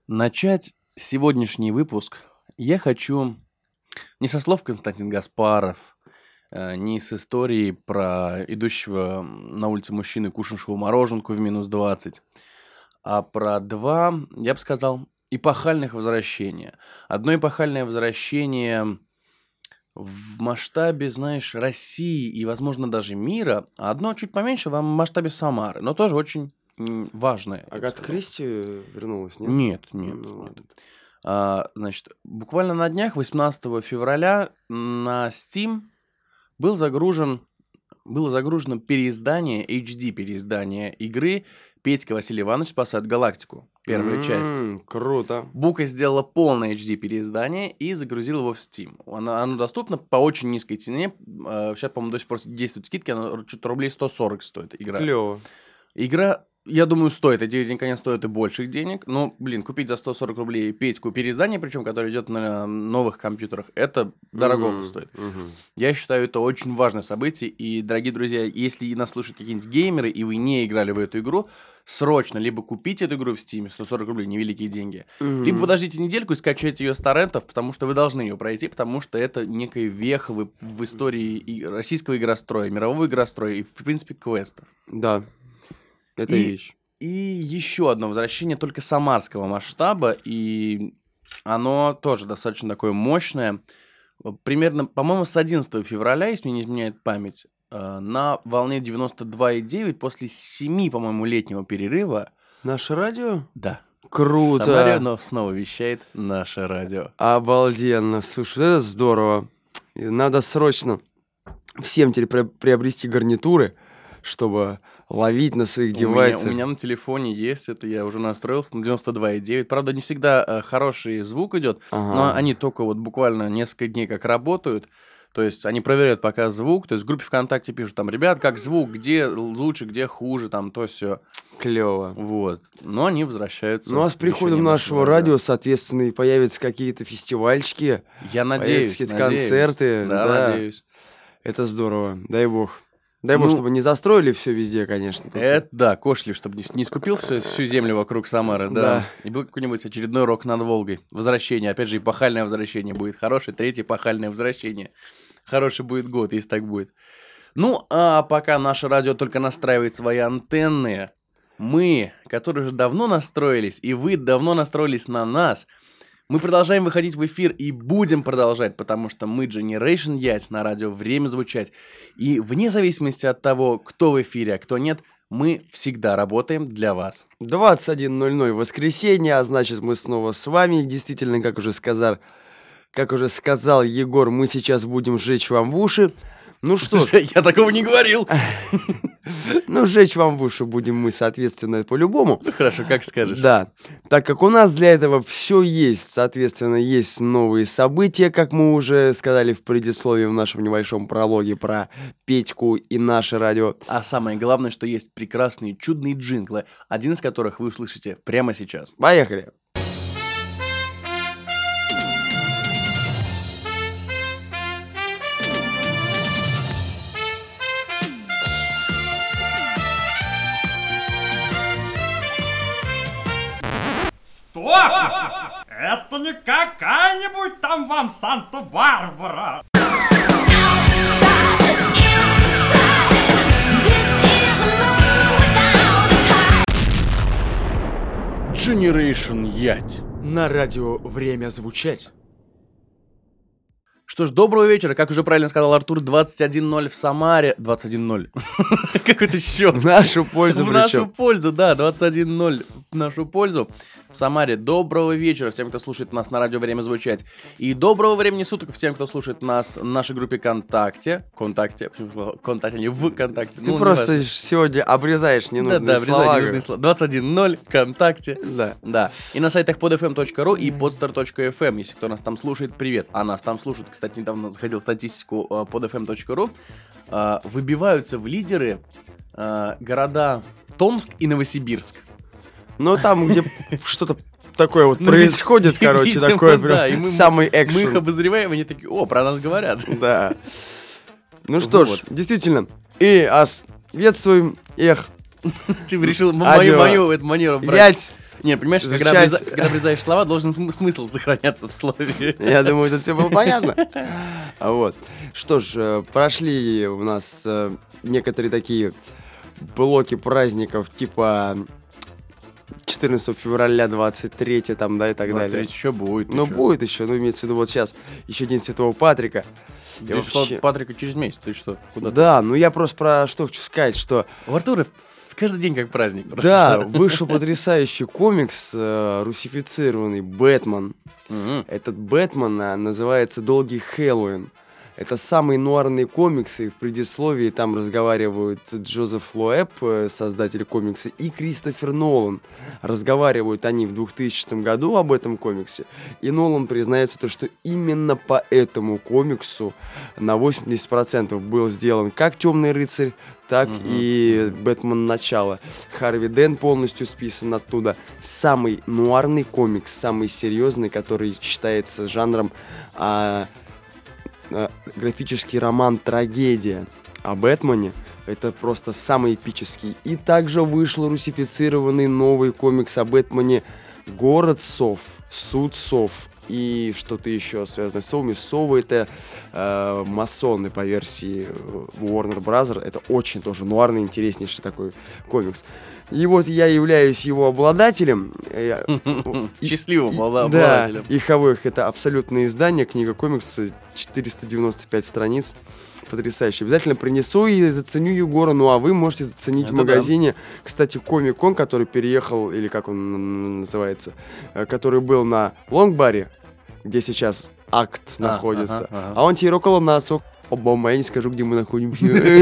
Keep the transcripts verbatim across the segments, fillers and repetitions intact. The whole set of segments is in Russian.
Начать сегодняшний выпуск я хочу не со слов Константин Гаспаров, э, не с истории про идущего на улице мужчины, кушавшего мороженку в минус двадцать, а про два, я бы сказал, эпохальных возвращения. Одно эпохальное возвращение в масштабе, знаешь, России и, возможно, даже мира, а одно чуть поменьше в масштабе Самары, но тоже очень м, важное. я бы Агата сказал. Кристи вернулась, нет? Нет, нет, Ну, нет. ладно. А, значит, буквально на днях, восемнадцатого февраля, на Steam был загружен, было загружено переиздание, эйч ди переиздание игры «Петька Василий Иванович спасает галактику». Первая часть. М, Круто. Бука сделала полное эйч ди переиздание и загрузила его в Steam. Оно, оно доступно по очень низкой цене. А, Сейчас, по-моему, до сих пор действуют скидки. Оно что-то рублей сто сорок стоит игра. Клево. Игра, я думаю, стоит. Эти денег, конечно, стоит и больших денег. Но, блин, купить за сто сорок рублей Петьку переиздание, причем, которое идет на новых компьютерах, это дорого Мгм, стоит. мгм. Я считаю, это очень важное событие. И, дорогие друзья, если нас слушают какие-нибудь геймеры, и вы не играли в эту игру, срочно либо купите эту игру в Steam, сто сорок рублей, невеликие деньги, либо Мгм. подождите недельку и скачайте ее с торрентов, потому что вы должны ее пройти, потому что это некая веха в, в истории и российского игростроя, мирового игростроя и, в принципе, квестов. Да, это И- вещь. И еще одно возвращение только самарского масштаба, и оно тоже достаточно такое мощное. Примерно, по-моему, с одиннадцатого февраля, если мне не изменяет память, э, на волне девяносто два и девять после семи, по-моему, летнего перерыва, Наше радио? да, в Круто. Самаре но снова вещает наше радио. Обалденно. Слушай, это здорово. И надо срочно всем теперь пре- приобрести гарнитуры, чтобы ловить на своих У меня, девайсах. у меня на телефоне есть это, я уже настроился на девяносто два и девять. Правда, не всегда э, хороший звук идет, Ага. но они только вот буквально несколько дней как работают. То есть они проверяют пока звук, то есть в группе ВКонтакте пишут там, ребят, как звук, где лучше, где хуже, там то все. Клево. Вот. Но они возвращаются. Ну а с в приходом решение нашего радио, соответственно, и появятся какие-то фестивальчики, Я надеюсь, появятся какие-то надеюсь. концерты. Да, Да. надеюсь. Это здорово. Дай бог. Дай бог, Ну, чтобы не застроили все везде, конечно. тут. Это да, Кошелев, чтобы не, не скупил всю, всю землю вокруг Самары, да. Да. И был какой-нибудь очередной рок над Волгой. Возвращение, опять же, эпохальное возвращение будет хорошее. Третье эпохальное возвращение. Хороший будет год, если так будет. Ну, а пока наше радио только настраивает свои антенны, мы, которые уже давно настроились, и вы давно настроились на нас, мы продолжаем выходить в эфир и будем продолжать, потому что мы Generation Ять на радио «Время звучать». И вне зависимости от того, кто в эфире, а кто нет, мы всегда работаем для вас. двадцать один ноль ноль воскресенье, а значит мы снова с вами. И действительно, как уже сказал, как уже сказал Егор, мы сейчас будем сжечь вам в уши. Ну что ж, Я такого не говорил. ну сжечь вам в уши будем мы, соответственно, по-любому. Ну хорошо, как скажешь. Да, так как у нас для этого все есть, соответственно, есть новые события, как мы уже сказали в предисловии в нашем небольшом прологе про Петьку и наше радио. А самое главное, что есть прекрасные, чудные джинглы, один из которых вы услышите прямо сейчас. Поехали! Стоп! Это не какая-нибудь там вам Санта-Барбара. Generation Ять. На радио «Время звучать». Что ж, доброго вечера. Как уже правильно сказал Артур, двадцать один ноль в Самаре. двадцать один ноль. Какой-то счет. В нашу пользу В нашу причем. пользу, да, двадцать один ноль в нашу пользу. В Самаре. Доброго вечера всем, кто слушает нас на радио «Время звучать». И доброго времени суток всем, кто слушает нас в нашей группе ВКонтакте. ВКонтакте. Почему слово ВКонтакте, не в ВКонтакте. Ты Ну, просто неважно. сегодня обрезаешь ненужные Да, да, слова. обрезай ненужные слова. двадцать один ноль ВКонтакте. Да. Да. И на сайтах под эф эм точка ру и подстар точка эф эм. Если кто нас там слушает, привет. А нас там слушают, кстати, недавно заходил в статистику э, под эф эм точка ру. Э, выбиваются в лидеры э, города Томск и Новосибирск. Но там, где что-то такое вот Ну, происходит, вид- короче, видимо, такое да, прям и мы- самый Мы их экшен. обозреваем, и они такие, о, про нас говорят. Да. Ну что ж, Вот. действительно. И ас приветствуем их. Ты решил м- Адио. мою, мою эту манеру брать. Ять. Не, понимаешь, когда, Изучать. обреза- когда обрезаешь слова, должен см- смысл сохраняться в слове. Я думаю, тут все было понятно. А вот. Что ж, э, прошли у нас э, некоторые такие блоки праздников, типа четырнадцатого февраля, двадцать третьего, там, да, и так далее. Еще будет. Ну, ты чё? будет еще, ну, имеется в виду, вот сейчас еще День Святого Патрика. И День Святого вообще- Патрика через месяц, ты что? Куда ты? Да, ну я просто про что хочу сказать, что У Артура в- каждый день как праздник. просто. да, вышел потрясающий комикс, э, русифицированный «Бэтмен». Мгм. Этот «Бэтмен» а, называется «Долгий Хэллоуин». Это самые нуарные комиксы. В предисловии там разговаривают Джозеф Лоэб, э, создатель комикса, и Кристофер Нолан. Разговаривают они в двухтысячном году об этом комиксе. И Нолан признается, то, что именно по этому комиксу на восемьдесят процентов был сделан как «Темный рыцарь», так Мгм. и «Бэтмен. Начало». Харви Дент полностью списан оттуда. Самый нуарный комикс, самый серьезный, который считается жанром а, а, графический роман-трагедия о Бэтмене. Это просто самый эпический. И также вышел русифицированный новый комикс о Бэтмене «Город сов», «Суд сов» и что-то еще связанное с совами. Совы — это э, масоны по версии э, Warner Bros. Это очень тоже нуарный, интереснейший такой комикс. И вот я являюсь его обладателем. Я- и- Счастливым и- обла- Да, обладателем. иховых. Это абсолютное издание, книга комикса, четыреста девяносто пять страниц. Потрясающе. Обязательно принесу и заценю Егора. Ну а вы можете заценить Это в да. магазине. Кстати, Комик-кон, который переехал, или как он н- называется, э, который был на Лонгбаре, где сейчас Акт А, находится. ага, ага. А он теперь около нас. о- Обама, я не скажу, где мы находимся.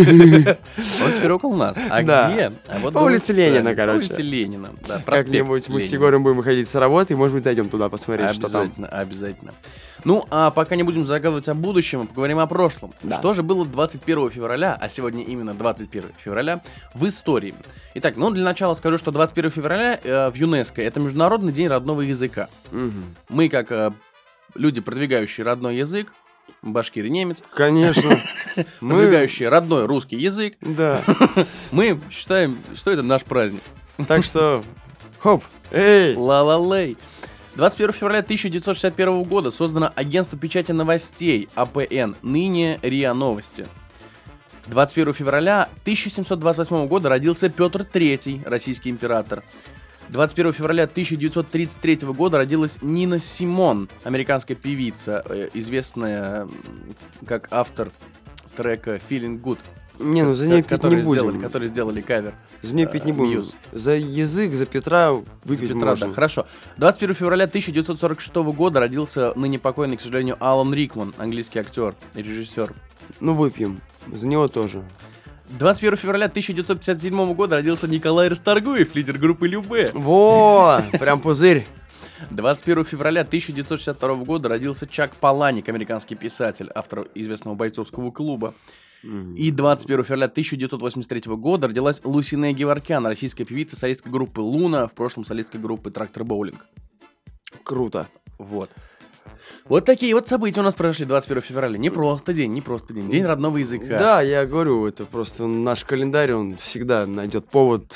Он теперь около нас. А Да. где? А вот По думать улице сами. Ленина, По короче. улице Ленина. Да, проспект Как-нибудь мы с Ленина. Егором будем выходить с работы, и, может быть, зайдем туда посмотреть, что там. Обязательно, обязательно. Ну, а пока не будем загадывать о будущем, мы поговорим о прошлом. Да. Что же было двадцать первого февраля, а сегодня именно двадцать первого февраля, в истории? Итак, ну, для начала скажу, что двадцать первого февраля э, в ЮНЕСКО это Международный день родного языка. Мгм. Мы, как э, люди, продвигающие родной язык, башкир и немец, Конечно. Мы... продвигающие родной русский язык, Да. мы считаем, что это наш праздник. Так что... Хоп! Эй! Ла-ла-лей. двадцать первого февраля тысяча девятьсот шестьдесят первого года создано агентство печати новостей А П Н, ныне РИА Новости. двадцать первого февраля тысяча семьсот двадцать восьмого года родился Петр Третий, российский император. двадцать первого февраля тысяча девятьсот тридцать третьего года родилась Нина Симон, американская певица, э, известная м, как автор трека Feeling Good, Не, ну за нее пить который не сделали, будем. который сделали кавер. За нее пить не э, будем. Muse. За язык, за Петра выпить За Петра, можно. да, хорошо. двадцать первого февраля тысяча девятьсот сорок шестого года родился ныне покойный, к сожалению, Алан Рикман, английский актер и режиссер. Ну выпьем. За него тоже. двадцать первого февраля тысяча девятьсот пятьдесят седьмого года родился Николай Расторгуев, лидер группы Любэ. Во! Прям пузырь. двадцать первого февраля тысяча девятьсот шестьдесят второго года родился Чак Паланик, американский писатель, автор известного бойцовского клуба. И двадцать первого февраля тысяча девятьсот восемьдесят третьего года родилась Лусинея Геворкян, российская певица, солистка группы Луна, в прошлом солистка группы Трактор Боулинг. Круто. Вот. Вот такие вот события у нас произошли двадцать первого февраля. Не просто день, не просто день. День родного языка. Да, я говорю, это просто наш календарь, он всегда найдет повод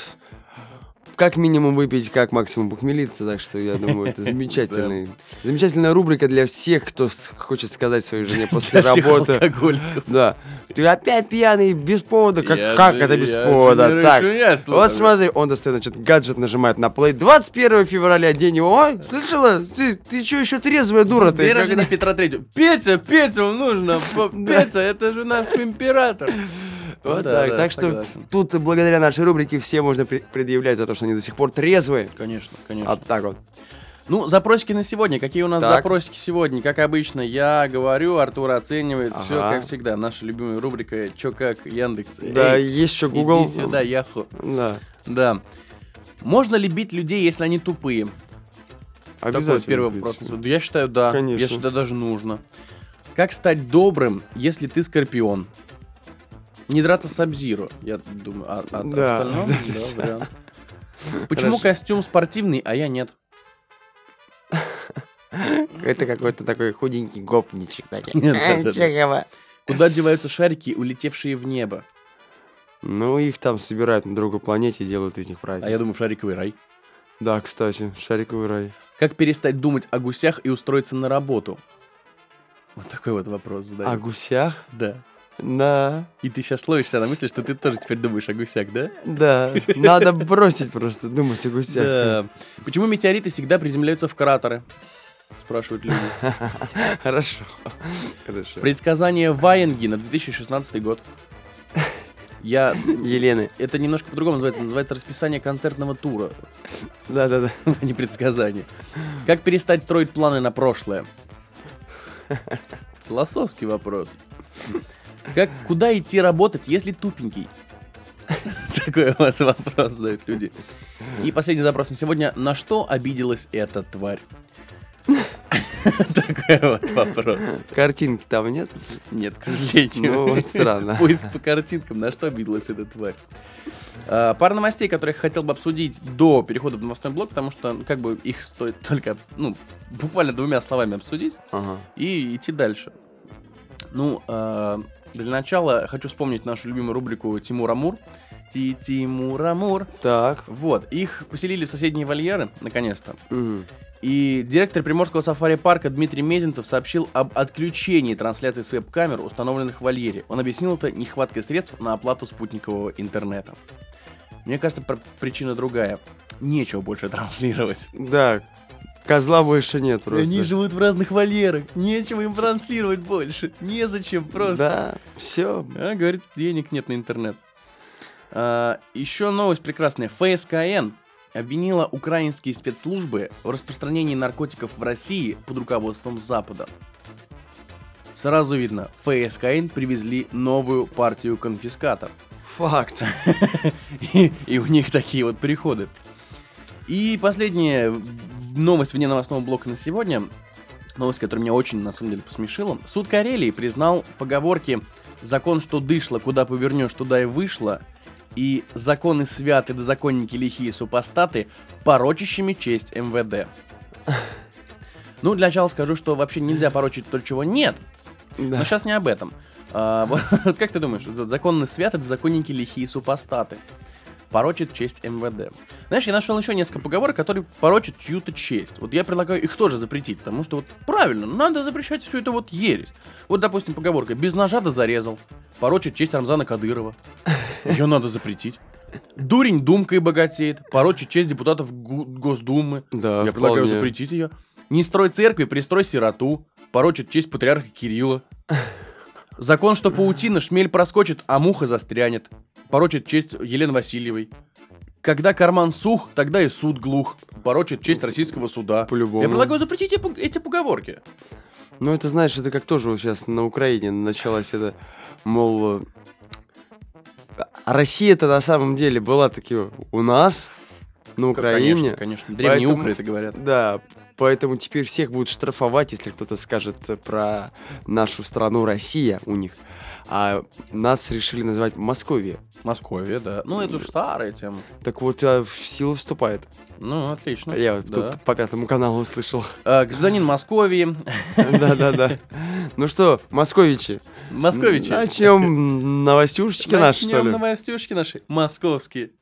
как минимум выпить, как максимум похмелиться, так что я думаю, это замечательный, замечательная рубрика для всех, кто с- хочет сказать своей жене после Для всех работы. алкоголиков. Да. Ты опять пьяный, без повода. Как, Я как же- это без я повода? же не Так, расширяюсь, вот слушай. смотри, он достает, значит, гаджет нажимает на плей. двадцать первого февраля, день его. Ой, слышала? Ты, ты что, еще трезвая дура? Ты День Как- рождения Петра Третьего. Петя, Петю нужно. П- Петя, это же наш император. Вот Да, так. да, так что согласен. тут благодаря нашей рубрике все можно пре- предъявлять за то, что они до сих пор трезвые. Конечно, конечно. Вот так вот. Ну, запросики на сегодня. Какие у нас Так. запросики сегодня? Как обычно, я говорю, Артур оценивает. Все Ага. как всегда. Наша любимая рубрика «Чё как Яндекс». Да, Эй, есть еще Google. Иди сюда, Яху. Да, Да. Можно ли бить людей, если они тупые? Такой обязательно. первый в вопрос. принципе. Да, Я считаю, да. Конечно. Я считаю, даже нужно. Как стать добрым, если ты скорпион? Не драться с Абзиро, я думаю. А, а Да, остальном, да, да, да. вариант. Почему Хорошо. костюм спортивный, а я нет? Это какой-то такой худенький гопничек. такой. Нет, А, да, да, чё, да. кого? Куда деваются шарики, улетевшие в небо? Ну, их там собирают на другой планете и делают из них праздник. А я думаю, шариковый рай. Да, кстати, шариковый рай. Как перестать думать о гусях и устроиться на работу? Вот такой вот вопрос задаю. О гусях? Да. Да, И ты сейчас ловишься на мысли, что ты тоже теперь думаешь о гусях, да? да. Надо бросить просто думать о гусях. Да. Почему метеориты всегда приземляются в кратеры? Спрашивают люди. Хорошо. Хорошо. Предсказание Ваенги на две тысячи шестнадцатый год. Я... Елены. Это немножко по-другому называется. Называется расписание концертного тура, Да-да-да. а не предсказание. Как перестать строить планы на прошлое? Философский вопрос. Как, куда идти работать, если тупенький? Такой вот вопрос задают люди. И последний запрос на сегодня. На что обиделась эта тварь? Такой вот вопрос. Картинки там нет? Нет, к сожалению. Ну, вот странно. Поиск по картинкам. На что обиделась эта тварь? А, пара новостей, которые я хотел бы обсудить до перехода в новостной блок, потому что, ну, как бы, их стоит только, ну, буквально двумя словами обсудить Ага. и идти дальше. Ну, а, для начала хочу вспомнить нашу любимую рубрику «Тимур Амур». Ти Тимур Амур. Так. Вот, их поселили в соседние вольеры, наконец-то. Мгм. И директор Приморского сафари-парка Дмитрий Мезенцев сообщил об отключении трансляции с веб-камер, установленных в вольере. Он объяснил это нехваткой средств на оплату спутникового интернета. Мне кажется, пр- причина другая. Нечего больше транслировать. Да, козла больше нет просто. Они живут в разных вольерах. Нечего им транслировать больше. Незачем просто. Да, все. А, говорит, денег нет на интернет. А, еще новость прекрасная. эф эс ка эн обвинила украинские спецслужбы в распространении наркотиков в России под руководством Запада. Сразу видно, эф эс ка эн привезли новую партию конфиската. Факт. И, и у них такие вот приходы. И последняя новость вне новостного блока на сегодня. Новость, которая меня очень, на самом деле, посмешила. Суд Карелии признал поговорки «закон, что дышло, куда повернешь, туда и вышло», и «законы святы, да законники лихие супостаты» порочащими честь эм вэ дэ. Ну, для начала скажу, что вообще нельзя порочить то, чего нет. Но Да. сейчас не об этом. А, вот, как ты думаешь, вот законы святы, да законники лихие супостаты порочит честь эм вэ дэ. Знаешь, я нашел еще несколько поговорок, которые порочат чью-то честь. Вот я предлагаю их тоже запретить, потому что вот правильно, надо запрещать всю это вот ересь. Вот, допустим, поговорка «без ножа да зарезал» порочит честь Рамзана Кадырова. Ее надо запретить. «Дурень думкой богатеет» порочит честь депутатов Гу- Госдумы. Да, Я предлагаю вполне. запретить ее. «Не строй церкви, пристрой сироту» порочит честь патриарха Кирилла. «Закон, что паутина, шмель проскочит, а муха застрянет» порочит честь Елены Васильевой. «Когда карман сух, тогда и суд глух» порочит честь российского суда. По-любому. Я предлагаю запретить эти пог- эти поговорки. Ну, это, знаешь, это как тоже вот сейчас на Украине началось это, мол, э, а Россия-то на самом деле была таки у нас, на Украине. Конечно, конечно. Древние Поэтому- укры это говорят. Да, поэтому теперь всех будут штрафовать, если кто-то скажет э, про нашу страну Россия у них. А нас решили называть Московия. Московия, да. Ну, это уж старая тема. Так вот, э, в силу вступает. Ну, отлично. Я вот да. тут по пятому каналу услышал. А, гражданин Московии. Да-да-да. Ну что, московичи, Московичи. начнем новостюшечки наши, что Начнем ли? новостюшки наши. Московские.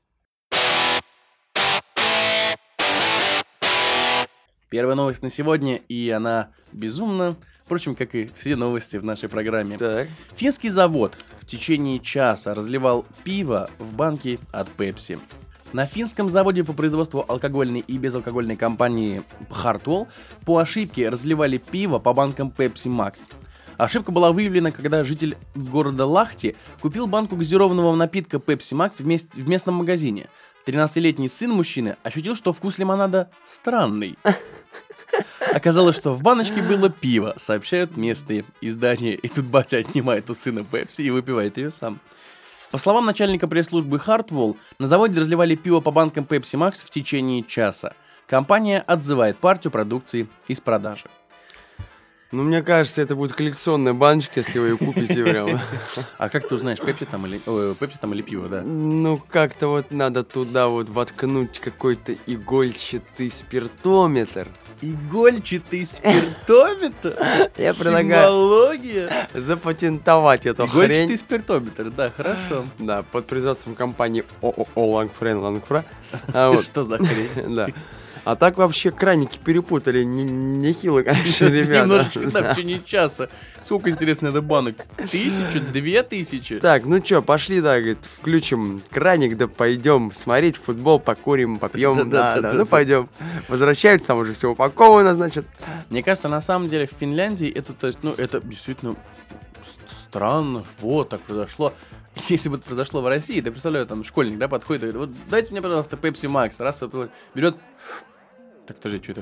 Первая новость на сегодня, и она безумно, впрочем, как и все новости в нашей программе. Так. Финский завод в течение часа разливал пиво в банки от Пепси. На финском заводе по производству алкогольной и безалкогольной компании Hartwall по ошибке разливали пиво по банкам Pepsi Max. Ошибка была выявлена, когда житель города Лахти купил банку газированного напитка Pepsi Max в, мест- в местном магазине. тринадцатилетний сын мужчины ощутил, что вкус лимонада странный. Оказалось, что в баночке было пиво, сообщают местные издания. И тут батя отнимает у сына Пепси и выпивает ее сам. По словам начальника пресс-службы Hartwall, на заводе разливали пиво по банкам Pepsi Max в течение часа. Компания отзывает партию продукции из продажи. Ну, мне кажется, это будет коллекционная баночка, если вы ее купите прямо. А как ты узнаешь, пепси там или, ой, пепси там или пиво, да? Ну, как-то вот надо туда вот воткнуть какой-то игольчатый спиртометр. Игольчатый спиртометр? Я предлагаю Симвология? запатентовать эту Игольчатый хрень. спиртометр, да, хорошо. Да, под производством компании ООО Лангфрен Лангфра. А вот, Что за хрень? да. А так вообще краники перепутали. Не- Нехило, конечно, ребята. Немножечко, да, в течение часа. Сколько, интересно, это банок? Тысячу? Две тысячи? Так, ну чё, пошли, да, говорит, включим краник, да пойдем смотреть футбол, покурим, попьем. Да, Да-да-да-да-да. да, ну пойдем. Возвращаются, там уже все упаковано, значит. Мне кажется, на самом деле в Финляндии это, то есть, ну, это действительно с- странно, вот так произошло. Если бы это произошло в России, ты представляю, там школьник, да, подходит и говорит, вот дайте мне, пожалуйста, Пепси Макс. Раз, вот, берет. Так, подожди, что это?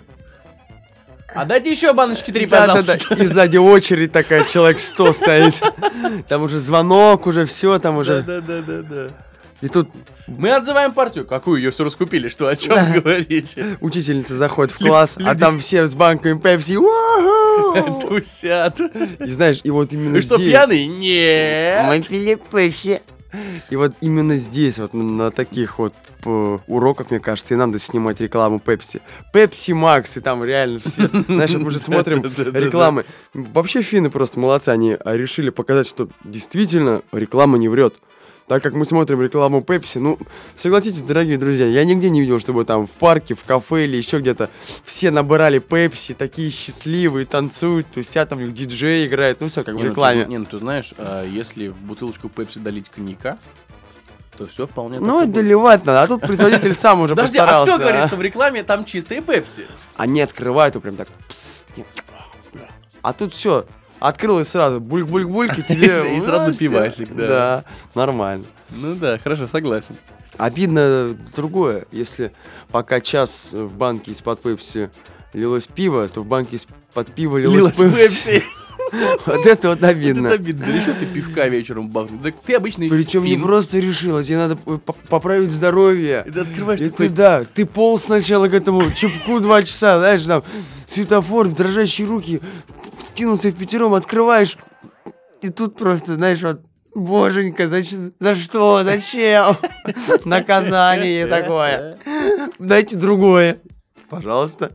А дайте еще баночки три, пожалуйста. Да-да-да, и сзади очередь такая, человек сто стоит. Там уже звонок, уже все, там уже... Да-да-да-да-да. И тут Мы отзываем партию. Какую? Ее все раскупили, что, о чем вы говорите? учительница заходит в класс, а люди- там все с банками пепси. Уау! Тусят. И знаешь, и вот именно Вы что, здесь... пьяный? Нет. Мы пили пепси. И вот именно здесь, вот на, на таких вот п- уроках, мне кажется, и надо снимать рекламу Пепси. Пепси Макс, и там реально все, знаешь, вот мы же смотрим Да-да-да-да-да. рекламы. Вообще финны просто молодцы, они а, решили показать, что действительно реклама не врет. Так как мы смотрим рекламу Пепси, ну, согласитесь, дорогие друзья, я нигде не видел, чтобы там в парке, в кафе или еще где-то все набирали Пепси, такие счастливые, танцуют, то вся там у них диджей играет, ну все, как в Не, ну, рекламе. ты, не, ну ты знаешь, а, если в бутылочку Пепси долить коньяка, то все вполне Ну, так и будет. доливать надо, а тут производитель сам уже Подожди, а постарался. кто говорит, что в рекламе там чистые Пепси? Они открывают и прям так. пст, и- А тут все. Открыл и сразу бульк-бульк-бульк, и тебе... И сразу ну, всё. пивасик, да. Да, нормально. Ну да, хорошо, согласен. Обидно другое. Если пока час в банке из-под пепси лилось пиво, то в банке из-под пива лилось, Лилось пепси. Пепси. Вот это вот Вот обидно. это обидно. Решил ты пивка вечером бахнуть. Так ты обычный Причем не фин. просто решила, тебе надо п- п- поправить здоровье. И ты открываешь И такой... ты, да, ты полз сначала к этому чепку два часа, знаешь, там, светофор, дрожащие руки, скинулся в пятером, открываешь, и тут просто, знаешь, вот, боженька, за, щ- за что, зачем? Наказание такое. Дайте другое. Пожалуйста.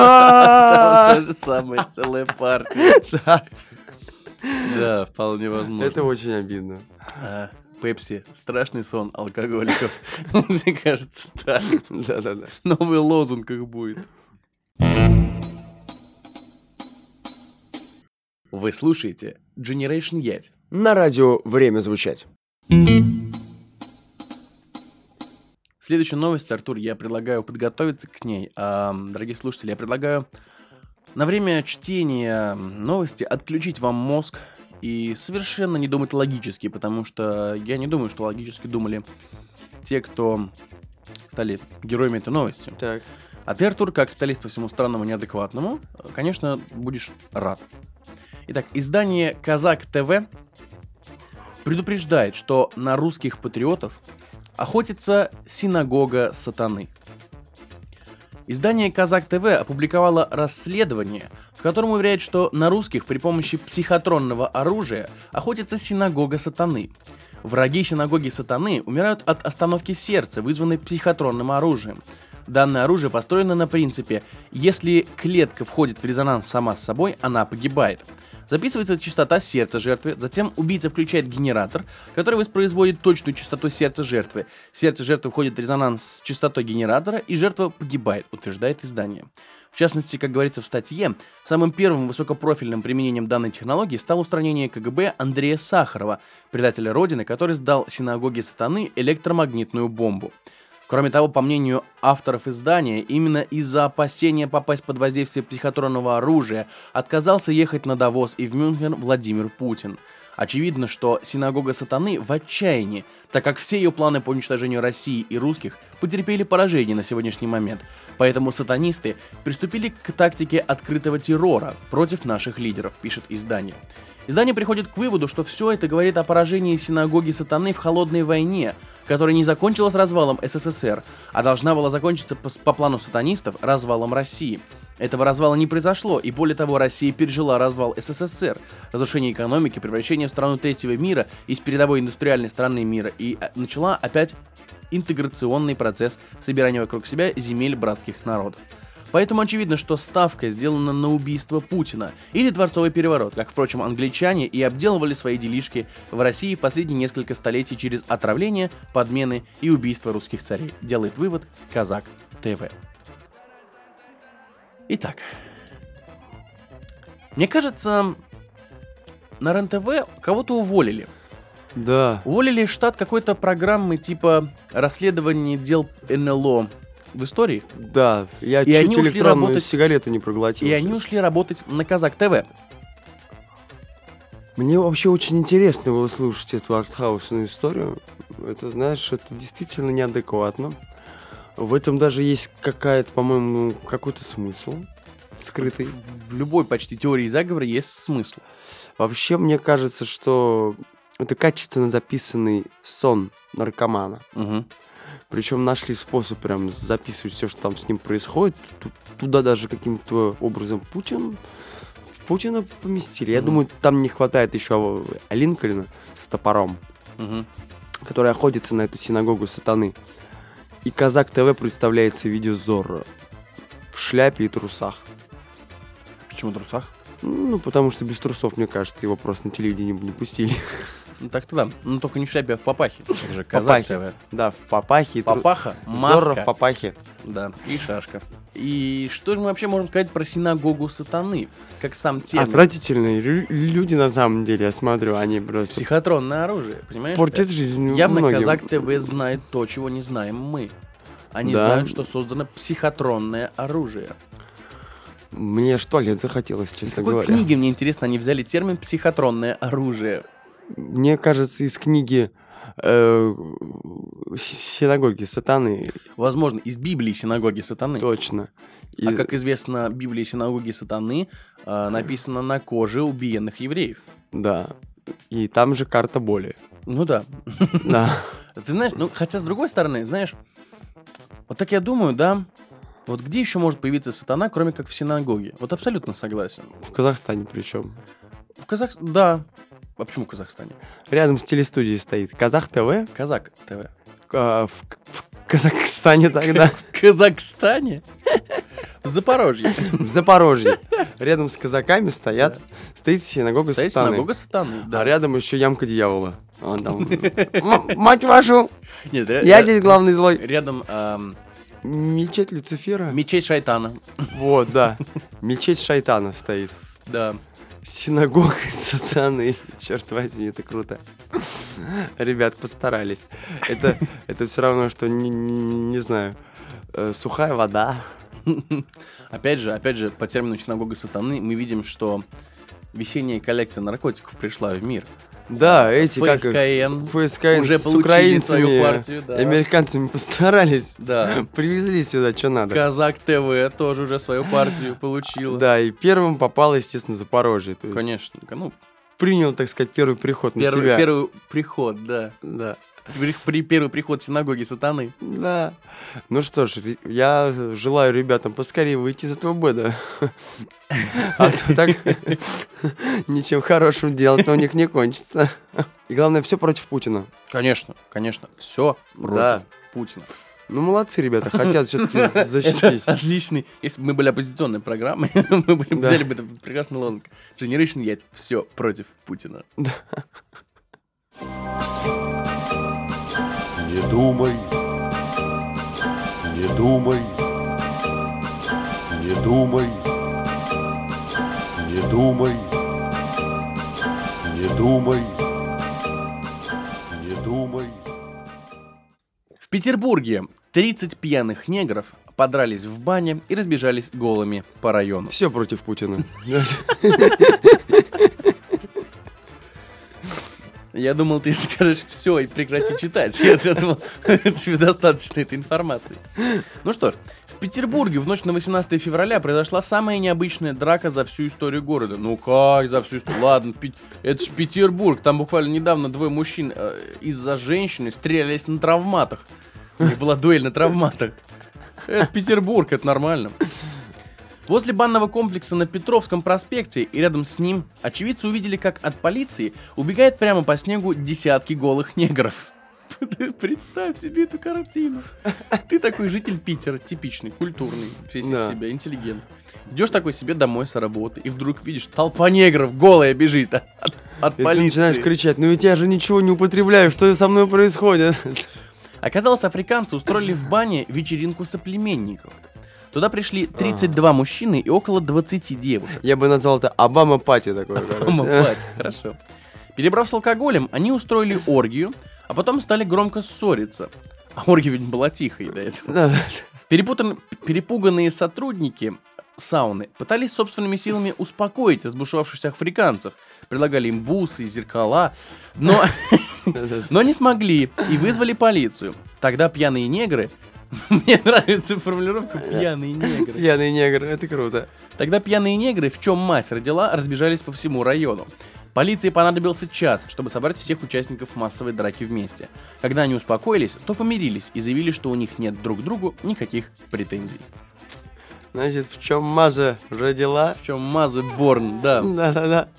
Там то же самое, целая партия. Да, Да, вполне возможно. это очень обидно. А, Пепси. Страшный сон алкоголиков. Мне кажется, так. Да-да-да. Новый лозунг их будет. Вы слушаете Generation Yacht. На радио «Время звучать». Следующую новость, Артур, я предлагаю подготовиться к ней. А, дорогие слушатели, я предлагаю на время чтения новости отключить вам мозг и совершенно не думать логически, потому что я не думаю, что логически думали те, кто стали героями этой новости. Так. А ты, Артур, как специалист по всему странному и неадекватному, конечно, будешь рад. Итак, издание Казак ТВ предупреждает, что на русских патриотов охотится синагога сатаны. Издание Казак ТВ опубликовало расследование, в котором уверяет, что на русских при помощи психотронного оружия охотится синагога сатаны. Враги синагоги сатаны умирают от остановки сердца, вызванной психотронным оружием. Данное оружие построено на принципе: если клетка входит в резонанс сама с собой, она погибает. Записывается частота сердца жертвы, затем убийца включает генератор, который воспроизводит точную частоту сердца жертвы. Сердце жертвы входит в резонанс с частотой генератора, и жертва погибает, утверждает издание. В частности, как говорится в статье, самым первым высокопрофильным применением данной технологии стало устранение КГБ Андрея Сахарова, предателя Родины, который сдал синагоге сатаны электромагнитную бомбу. Кроме того, по мнению авторов издания, именно из-за опасения попасть под воздействие психотронного оружия отказался ехать на Давос и в Мюнхен Владимир Путин. Очевидно, что синагога сатаны в отчаянии, так как все ее планы по уничтожению России и русских потерпели поражение на сегодняшний момент. Поэтому сатанисты приступили к тактике открытого террора против наших лидеров, пишет издание. Издание приходит к выводу, что все это говорит о поражении синагоги сатаны в холодной войне, которая не закончилась развалом СССР, а должна была закончиться по, по плану сатанистов развалом России. Этого развала не произошло, и более того, Россия пережила развал СССР, разрушение экономики, превращение в страну третьего мира из передовой индустриальной страны мира, и начала опять интеграционный процесс собирания вокруг себя земель братских народов. Поэтому очевидно, что ставка сделана на убийство Путина или дворцовый переворот, как, впрочем, англичане и обделывали свои делишки в России в последние несколько столетий через отравление, подмены и убийство русских царей, делает вывод Казак ТВ. Итак, мне кажется, на РЕН-ТВ кого-то уволили. Да. Уволили штат какой-то программы типа расследования дел эн эл о в истории. Да, я И они чуть ушли электронную работать- сигарету не проглотил. И они сейчас. ушли работать на Казак ТВ. Мне вообще очень интересно было слушать эту артхаусную историю. Это, знаешь, это действительно неадекватно. В этом даже есть какая-то, по-моему, какой-то смысл скрытый. В любой почти теории заговора есть смысл. Вообще, мне кажется, что это качественно записанный сон наркомана. Угу. Причем нашли способ прям записывать все, что там с ним происходит. Ту- Туда даже каким-то образом Путин, Путина поместили. Я Мгм. думаю, там не хватает еще Линкольна с топором, Угу. который охотится на эту синагогу сатаны. И Казак ТВ представляется в виде Зорро в шляпе и трусах. Почему в трусах? Ну, потому что без трусов, мне кажется, его просто на телевидении бы не пустили. Ну так-то да. Ну только не в шляпе, а в папахе. Это же Казак Папахе. ТВ. Да, в папахе. и тру- Папаха, Зорро в маска, папахе. да, и шашка. И что же мы вообще можем сказать про синагогу сатаны? Как сам термин. Отвратительные лю- люди на самом деле, я смотрю, они просто Психотронное оружие, понимаешь? портят жизнь Явно многим. Казак ТВ знает то, чего не знаем мы. Они Да. знают, что создано психотронное оружие. Мне ж туалет захотелось, Из честно какой говоря. книги, мне интересно, они взяли термин «психотронное оружие»? Мне кажется, из книги э, с- синагоги сатаны. Возможно, из Библии синагоги сатаны. Точно. И- А как известно, Библия синагоги сатаны а, написана на коже убиенных евреев. Да. И там же карта боли. Ну да. Да. Ты знаешь, ну хотя с другой стороны, знаешь, вот так я думаю, да, вот где еще может появиться сатана, кроме как в синагоге? Вот абсолютно согласен. В Казахстане причем. В Казахстане, да. А почему в Казахстане? Рядом с телестудией стоит Казах ТВ. Казак ТВ. а, в, в Казахстане тогда. В Казахстане? В Запорожье. В Запорожье. Рядом с казаками стоят. Стоит синагога Стоит сатаны. синагога сатаны, да. А рядом еще ямка дьявола. Он там, «М- Мать вашу! Нет, ря- Я ря- здесь главный злой. Рядом ам, Мечеть Люцифера. мечеть шайтана. Вот, да. Мечеть шайтана стоит. Да. Синагога сатаны. Черт возьми, это круто. Ребят, постарались. Это, это все равно, что, не, не- не знаю, э, сухая вода. Опять же, опять же, по термину синагога сатаны мы видим, что весенняя коллекция наркотиков пришла в мир. Да, эти как их, ФСКН ФСКН уже с получили свою украинцами, партию, да. американцами постарались. Да. Привезли сюда, что надо. Казак ТВ тоже уже свою партию получила. Да, и первым попало, естественно, Запорожье. То есть Конечно. Ну, принял, так сказать, первый приход на первый, себя. первый приход, да. Да. При, при- первый приход синагоги сатаны. Да. Ну что ж, ре- я желаю ребятам поскорее выйти из этого беда. А то так ничем хорошим делать-то у них не кончится. И главное, все против Путина. Конечно, конечно. Все против Да. Путина. Ну, молодцы, ребята, хотят все-таки Это защитить. отличный. Если бы мы были оппозиционной программой, мы бы Да. взяли бы этот прекрасный лозунг. Generation Yacht. Все против Путина. Не думай, не думай, не думай, не думай, не думай, не думай. В Петербурге тридцать пьяных негров подрались в бане и разбежались голыми по району. Все против Путина. Я думал, ты скажешь все и прекрати читать. Я думал, тебе достаточно этой информации. Ну что ж, в Петербурге в ночь на восемнадцатое февраля произошла самая необычная драка за всю историю города. Ну как за всю историю? Ладно, Пи- это ж Петербург. Там буквально недавно двое мужчин э, из-за женщины стрелялись на травматах. У них была дуэль на травматах. Это Петербург, это нормально. Возле банного комплекса на Петровском проспекте и рядом с ним очевидцы увидели, как от полиции убегает прямо по снегу десятки голых негров. Представь себе эту картину. Ты такой житель Питера, типичный, культурный, весь из Да. себя, интеллигент. Идешь такой себе домой с работы, и вдруг видишь, толпа негров голая бежит от, от- от И ты полиции. начинаешь кричать, ну ведь я же ничего не употребляю, что со мной происходит? Оказалось, африканцы устроили в бане вечеринку соплеменников. Туда пришли тридцать два мужчины и около двадцати девушек. Я бы назвал это Обама-пати такой, Дома короче. платье, хорошо. Перебрав с алкоголем, они устроили оргию, а потом стали громко ссориться. А оргия ведь была тихой до этого. Да, да. Перепутан- Перепуганные сотрудники сауны пытались собственными силами успокоить разбушевавшихся африканцев. Предлагали им бусы, зеркала, но, но не смогли и вызвали полицию. Тогда пьяные негры... Мне нравится формулировка «пьяные негры». Пьяный негр, это круто. Тогда пьяные негры, в чем мать родила, разбежались по всему району. Полиции понадобился час, чтобы собрать всех участников массовой драки вместе. Когда они успокоились, то помирились и заявили, что у них нет друг к другу никаких претензий. Значит, в чем Маза родила? В чем Мазы Борн, да. Да-да-да.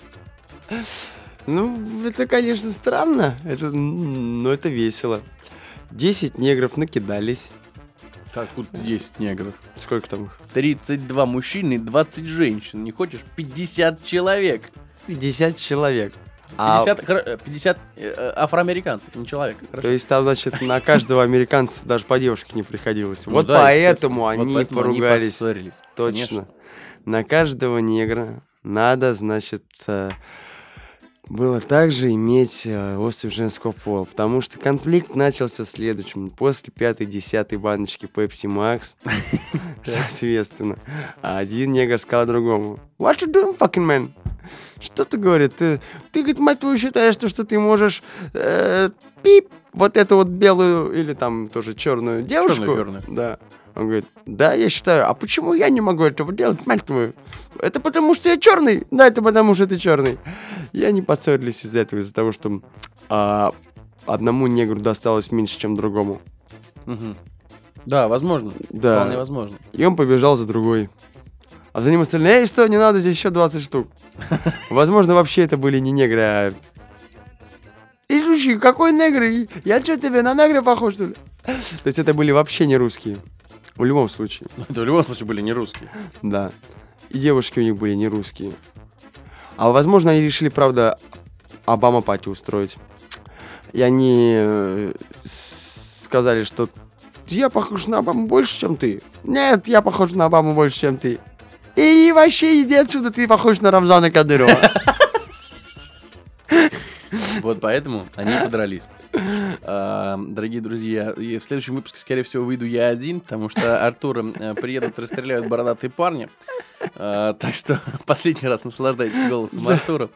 Ну, это, конечно, странно, это, м, но это весело. Десять негров накидались. Как тут десять негров? Сколько там их? тридцать два мужчины и двадцать женщин. Не хочешь? пятьдесят человек. пятьдесят человек. А, пятьдесят, хор- э, пятьдесят э, афроамериканцев, не человек. то есть там, значит, на каждого американца даже по девушке не приходилось. Ну вот да, поэтому естественно. они Вот поэтому поругались. Они поссорились. Точно. Конечно. На каждого негра надо, значит, э, было также иметь э, особь женского пола, потому что конфликт начался следующим. После пятой-десятой баночки Pepsi Max, соответственно, один негр сказал другому: "What you doing, fucking man?" Что ты, говорит, ты, ты, говорит, мать твою, считаешь, что, что ты можешь э, пип, вот эту вот белую или там тоже черную девушку? Черную-черную. Да. Он говорит: да, я считаю. А почему я не могу этого делать, мать твою? Это потому что я черный? Да, это потому что ты черный. И они поссорились из-за этого, из-за того, что а, одному негру досталось меньше, чем другому. Мгм. Да, возможно. Да. Вполне возможно. И он побежал за другой. А за ним остальные: эй, стой, не надо, здесь еще двадцать штук. Возможно, вообще это были не негры, а... И слушай, какой негр? Я что, тебе на негра похож, что ли? То есть это были вообще не русские. В любом случае. Это в любом случае были не русские. Да. И девушки у них были не русские. А возможно, они решили, правда, Обама-пати устроить. И они э, с- сказали, что я похож на Обаму больше, чем ты. Нет, я похож на Обаму больше, чем ты. И вообще иди отсюда, ты похож на Рамзана Кадырова. Вот поэтому они и подрались. А, Дорогие друзья, и в следующем выпуске, скорее всего, выйду я один, потому что Артура э, приедут и расстреляют бородатые парни. А, Так что последний раз наслаждайтесь голосом Артура.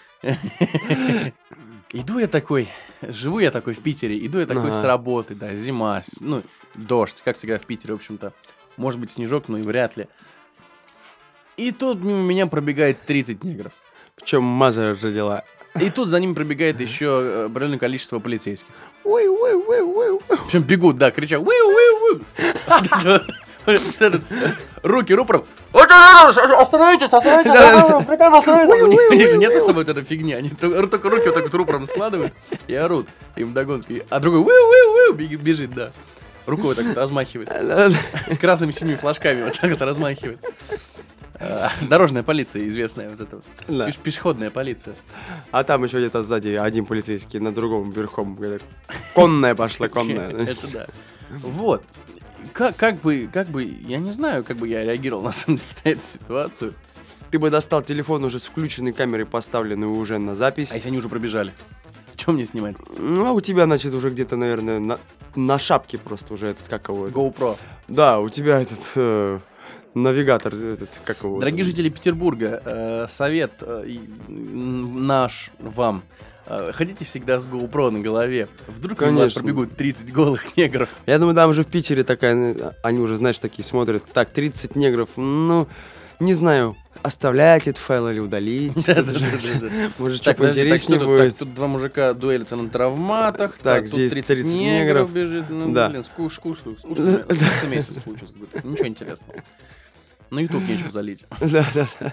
Иду я такой, живу я такой в Питере, иду я такой Ага. с работы, да, зима, с- ну, дождь, как всегда в Питере, в общем-то. Может быть, снежок, но и вряд ли. И тут мимо меня пробегает тридцать негров. Причем Маза родила. И тут за ними пробегает еще э, определенное количество полицейских. Ой, ой, ой, ой, ой. Причем бегут, да, кричат: «Уиу, уиу, уиу!» Руки рупором. Остановитесь, остановитесь, приказ остановитесь. У них же нету с собой вот этой фигни. Они то- только руки вот так вот рупором складывают и орут им вдогонку. И- А другой уиу, уиу, уиу, беги- бежит, да. Рукой вот так вот размахивает. Красными синими флажками вот так вот размахивает. А, Дорожная полиция известная, вот эта вот. Да. Пеш- Пешеходная полиция. А там еще где-то сзади один полицейский на другом верхом. говорят, Конная пошла, конная. Это да. Вот. Как, как бы, как бы, я не знаю, как бы я реагировал на самом деле на эту ситуацию. Ты бы достал телефон уже с включенной камерой, поставленной уже на запись. А если они уже пробежали? Что мне снимать? Ну, а у тебя, значит, уже где-то, наверное, на, на шапке просто уже этот, как его... это- GoPro. Да, у тебя этот э, навигатор, этот, как его... Дорогие жители Петербурга, э, совет э, и, м, наш вам. Э, ходите всегда с GoPro на голове. Вдруг у вас Конечно. пробегут тридцать голых негров. Я думаю, там уже в Питере такая... э, Они уже, знаешь, такие смотрят. Так, тридцать негров, ну, не знаю, оставлять этот файл или удалить. Да-да-да-да. Может, что Так, подожди, так, поинтереснее что тут? Так, будет. тут два мужика дуэлятся на травматах. Так, тут здесь тридцать тридцать негров негров. бежит. Ну, Да. блин, скуш, скучный, скучный, скучный месяц получился какой-то. Ничего интересного. На YouTube нечего залить. Да-да-да.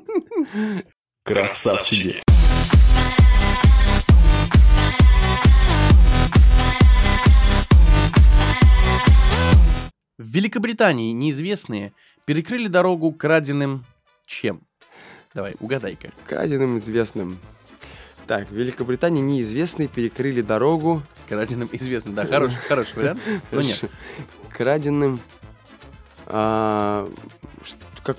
Красавчики. В Великобритании неизвестные перекрыли дорогу краденым чем? Давай, угадай-ка. Краденым известным. Так, в Великобритании неизвестные перекрыли дорогу. Краденым известным, да, хороший, хороший вариант. Но нет. Краденым... а, что- как...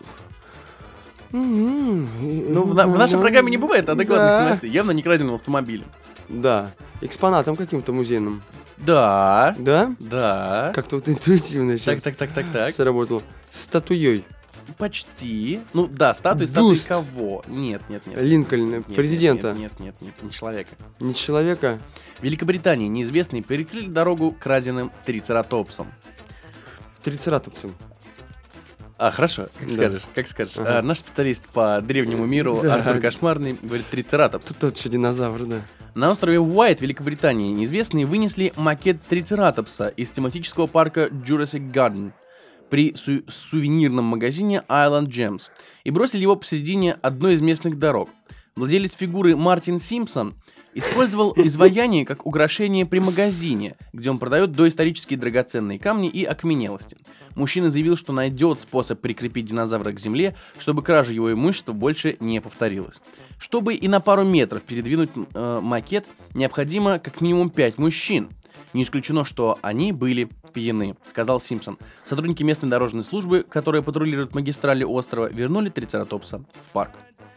Ну, в, на- в нашей программе не бывает адекватных Да. новостей. Явно не краденым автомобилем. Да, экспонатом каким-то музейным. Да, Да? да. Как-то вот интуитивно Так, сейчас так, так, так, так. сработало. С статуей. Почти. Ну да, статуи, статуи Бюст. кого? Нет, нет, нет. Линкольна, Нет, президента. Нет, нет, нет, нет, не человека. Не человека. В Великобритании неизвестные перекрыли дорогу краденым трицератопсом. Трицератопсом. А, хорошо, как Да. скажешь, как скажешь. Ага. А, наш специалист по древнему миру Да. Артур Кошмарный говорит трицератопс. Тут тот еще динозавр, да. На острове Уайт, Великобритании, неизвестные вынесли макет трицератопса из тематического парка Jurassic Garden при су- сувенирном магазине Island Gems и бросили его посередине одной из местных дорог. Владелец фигуры Мартин Симпсон использовал изваяние как украшение при магазине, где он продает доисторические драгоценные камни и окаменелости. Мужчина заявил, что найдет способ прикрепить динозавра к земле, чтобы кража его имущества больше не повторилась. Чтобы и на пару метров передвинуть э, макет, необходимо как минимум пять мужчин. Не исключено, что они были пьяны, сказал Симпсон. Сотрудники местной дорожной службы, которые патрулируют магистрали острова, вернули трицератопса в парк.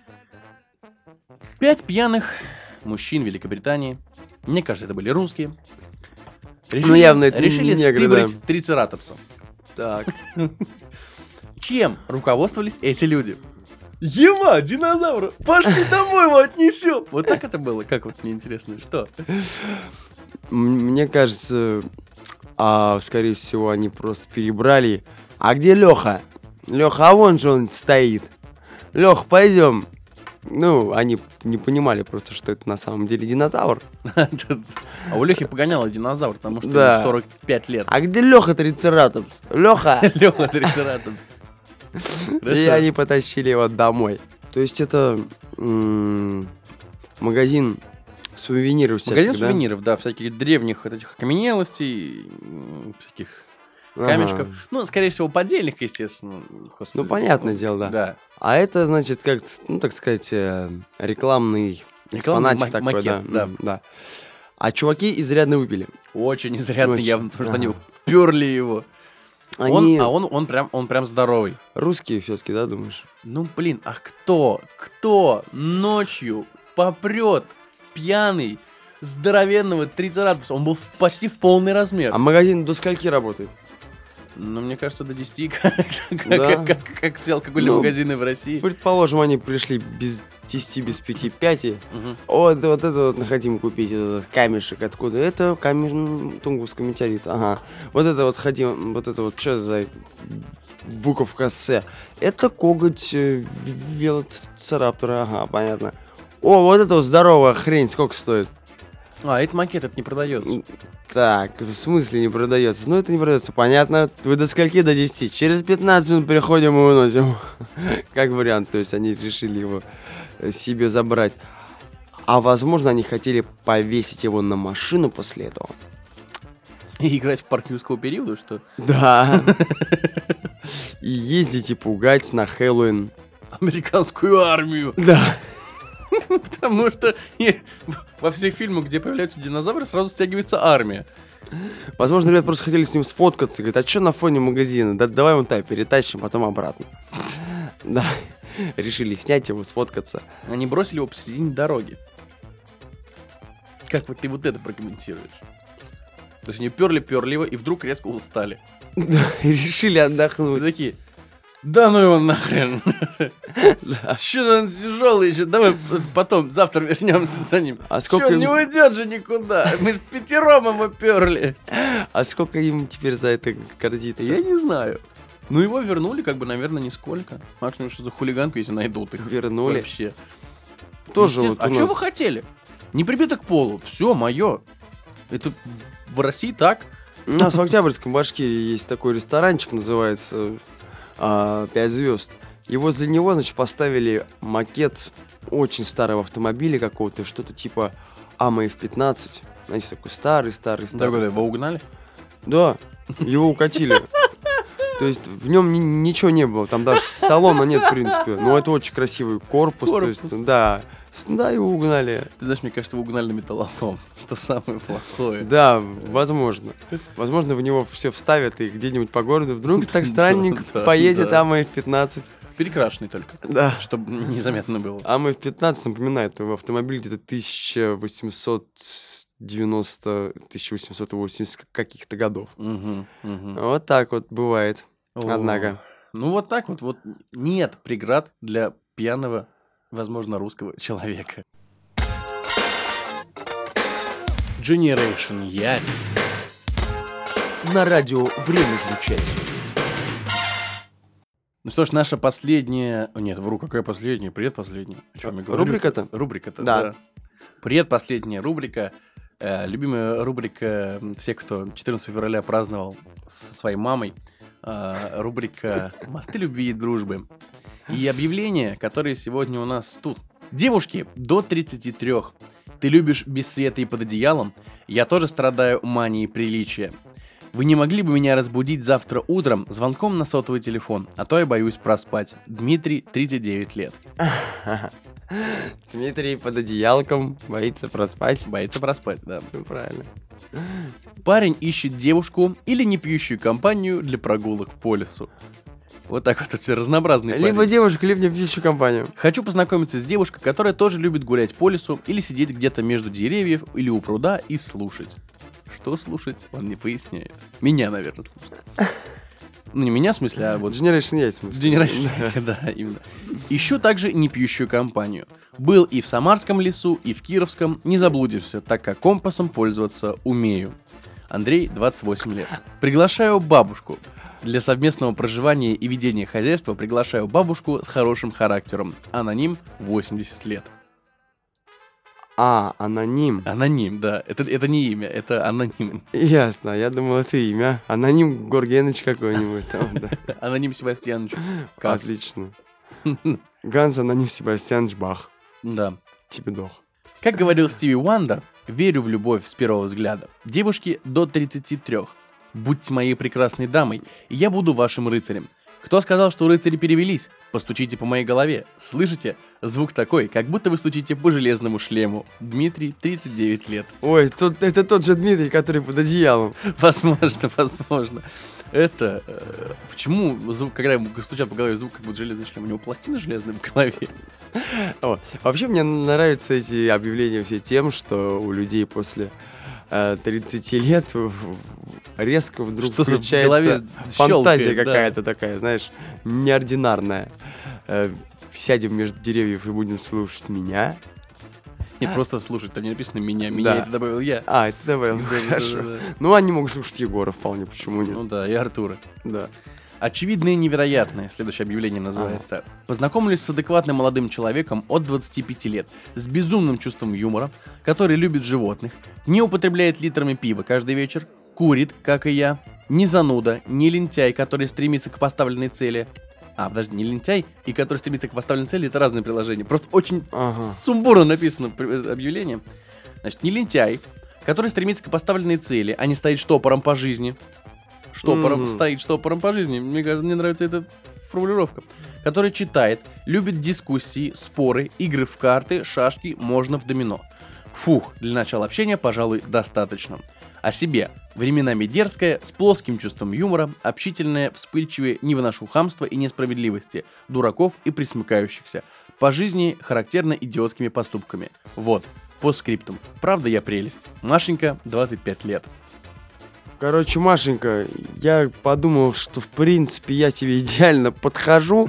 Пять пьяных мужчин Великобритании, мне кажется, это были русские, решили, Ну, явно это не- решили не негры, да. стыбрить трицератопса. Так. Чем руководствовались эти люди? Ема, динозавра! Пошли домой его отнесем! Вот так это было? Как вот мне интересно, что? М- Мне кажется, а, скорее всего, они просто перебрали. А где Леха? Леха, а вон же он стоит. Лех, пойдем. Ну, они не понимали просто, что это на самом деле динозавр. А у Лехи погоняло динозавр, потому что Да. ему сорок пять лет. А где Леха Трицератопс? Леха! Леха трицератопс. И Хорошо. они потащили его домой. То есть это м, магазин сувениров всяких, Магазин да? сувениров, да, всяких древних вот этих окаменелостей, м, всяких Ага. камешков. Ну, скорее всего, поддельных, естественно. Господи. Ну, понятное дело, да. Да. А это, значит, как, ну, так сказать, э, рекламный Рекламный экспонатик ма- такой, макет, да. да. М, да. А чуваки изрядно выпили. Очень изрядно Очень. явно, потому что они Ага. перли его. Они Он, а он, он, прям, он прям здоровый. русские все-таки, да, думаешь? Ну, блин, а кто, кто ночью попрет пьяный здоровенного трицератопса? Он был в- почти в полный размер. А магазин до скольки работает? Ну, мне кажется, до десяти, как, как- Да. как- как- как все алкогольные Ну, магазины в России. Предположим, они пришли без десяти, без пяти, пяти. Мгм. Вот, вот это вот хотим купить, этот камешек. Откуда? Это камень Тунгусский метеорит. Ага. Вот это вот хотим, вот это вот что за буковка С? Это коготь э, велоцираптора. Ага, понятно. О, вот это вот здоровая хрень, сколько стоит? А, это макет, это не продается. Так, в смысле не продается? Ну, это не продается, понятно. Вы до скольки? До десяти. Через пятнадцать минут приходим и выносим. Как вариант, то есть они решили его э, себе забрать. А возможно, они хотели повесить его на машину после этого. И играть в парк юрского периода, что? Да. И ездить и пугать на Хэллоуин. Американскую армию. Да. Потому что и во всех фильмах, где появляются динозавры, сразу стягивается армия. Возможно, ребят просто хотели с ним сфоткаться. Говорят, а что на фоне магазина? Да давай вон так перетащим, потом обратно. Да. Решили снять его, сфоткаться. Они бросили его посередине дороги. Как вот ты вот это прокомментируешь? То есть они перли-перли его и вдруг резко устали. Да, и решили И отдохнуть. такие, да ну его нахрен. Да. Что он тяжелый еще, давай потом, завтра вернемся за ним. А сколько Чё, он не им- уйдет же никуда. Мы же пятером его перли. А сколько им теперь за это кредит? Я не знаю. Ну его вернули, как бы, наверное, нисколько. Максимум, что за хулиганку, если найдут их. Вернули. Вообще. Тоже Естественно. вот А у что нас- вы хотели? Не прибито к полу. Все, мое. Это в России так. У нас в Октябрьском Башкирии есть такой ресторанчик, называется пять звезд. И возле него, значит, поставили макет очень старого автомобиля какого-то, что-то типа АМА эф пятнадцать. Знаете, такой старый-старый старый. Дорогой, его угнали? Да, его укатили. То есть в нем ни- ничего не было, там даже салона нет, в принципе. Но это очень красивый корпус. Корпус. То есть, да, С- да, его угнали. Ты знаешь, мне кажется, его угнали на металлолом, что самое плохое. Да, возможно. Возможно, в него все вставят и где-нибудь по городу вдруг так странненько Да, да, поедет да. АМА эф пятнадцать. Перекрашенный только, Да. чтобы незаметно было. АМА эф пятнадцать напоминает, в автомобиль где-то тысяча восемьсот девяносто — тысяча восемьсот восемьдесят каких-то годов. Мгм, мгм. Вот так вот бывает. О, Однако. Ну вот так вот, вот нет преград для пьяного, возможно, русского человека. Generation Yacht. На радио «Время звучать». Ну что ж, наша последняя... О, нет, вру, какая последняя? Предпоследняя. О чем я говорю? Рубрика-то? Рубрика-то, Да. да. Предпоследняя рубрика. Э, любимая рубрика м, всех, кто четырнадцатого февраля праздновал со своей мамой. Э, рубрика «Мосты любви и дружбы». И объявления, которые сегодня у нас тут. Девушки до тридцати трёх. Ты любишь без света и под одеялом? Я тоже страдаю манией приличия. Вы не могли бы меня разбудить завтра утром звонком на сотовый телефон, а то я боюсь проспать. Дмитрий, тридцать девять лет. Дмитрий под одеялком боится проспать. Боится проспать, да. Ну, правильно. Парень ищет девушку или непьющую компанию для прогулок по лесу. Вот так вот, все разнообразные Либо парень. девушек, либо не пьющую компанию. Хочу познакомиться с девушкой, которая тоже любит гулять по лесу или сидеть где-то между деревьев или у пруда и слушать. Что слушать, он не поясняет. Меня, наверное, слушать. Ну, не меня, в смысле, а вот... Generation Yacht, в смысле. Generation, да, именно. Ищу также непьющую компанию. Был и в Самарском лесу, и в Кировском. Не заблудишься, так как компасом пользоваться умею. Андрей, двадцать восемь лет. Приглашаю бабушку. Для совместного проживания и ведения хозяйства приглашаю бабушку с хорошим характером. Аноним, восемьдесят лет. А, аноним. Аноним, да. Это, это не имя, это аноним. Ясно, я думал, это имя. Аноним Горгеныч какой-нибудь там, да. Аноним Себастьянович Кац. Отлично. Ганс Аноним Себастьянович Бах. Да. Тебе дох. Как говорил Стиви Уандер, верю в любовь с первого взгляда. Девушки до тридцати трёх. Будьте моей прекрасной дамой, и я буду вашим рыцарем. Кто сказал, что рыцари перевелись? Постучите по моей голове. Слышите? Звук такой, как будто вы стучите по железному шлему. Дмитрий, тридцать девять лет. Ой, тут, это тот же Дмитрий, который под одеялом. Возможно, возможно. Это... э, почему звук, когда ему стучат по голове, звук как будто железный шлем? У него пластина железная в голове. О, вообще мне нравятся эти объявления все тем, что у людей после э, тридцати лет в- резко вдруг Что-то в включается голове фантазия щелкает, да. какая-то такая, знаешь, неординарная. Э, сядем между деревьев и будем слушать меня. Не просто слушать, там не написано «меня», «меня» Да. это добавил я. А, это добавил, Да, да, да, хорошо. да. Ну, они могут слушать Егора вполне, почему нет? Ну да, и Артура. Да. Очевидное и невероятное, следующее объявление называется. Познакомлюсь с адекватным молодым человеком от двадцати пяти лет, с безумным чувством юмора, который любит животных, не употребляет литрами пива каждый вечер, курит, как и я, не зануда, не лентяй, который стремится к поставленной цели. А, подожди, не лентяй и который стремится к поставленной цели, это разные приложения. Просто очень Ага. сумбурно написано при- объявление. Значит, не лентяй, который стремится к поставленной цели, а не стоит штопором по жизни. Штопором, Мгм. стоит штопором по жизни. Мне кажется, мне нравится эта формулировка. Который читает, любит дискуссии, споры, игры в карты, шашки, можно в домино. Фух, для начала общения, пожалуй, достаточно. О себе. Временами дерзкая, с плоским чувством юмора, общительная, вспыльчивая, не выношу хамства и несправедливости, дураков и присмыкающихся. По жизни характерно идиотскими поступками. Вот, по скриптум. Правда, я прелесть. Машенька, двадцать пять лет. Короче, Машенька, я подумал, что в принципе я тебе идеально подхожу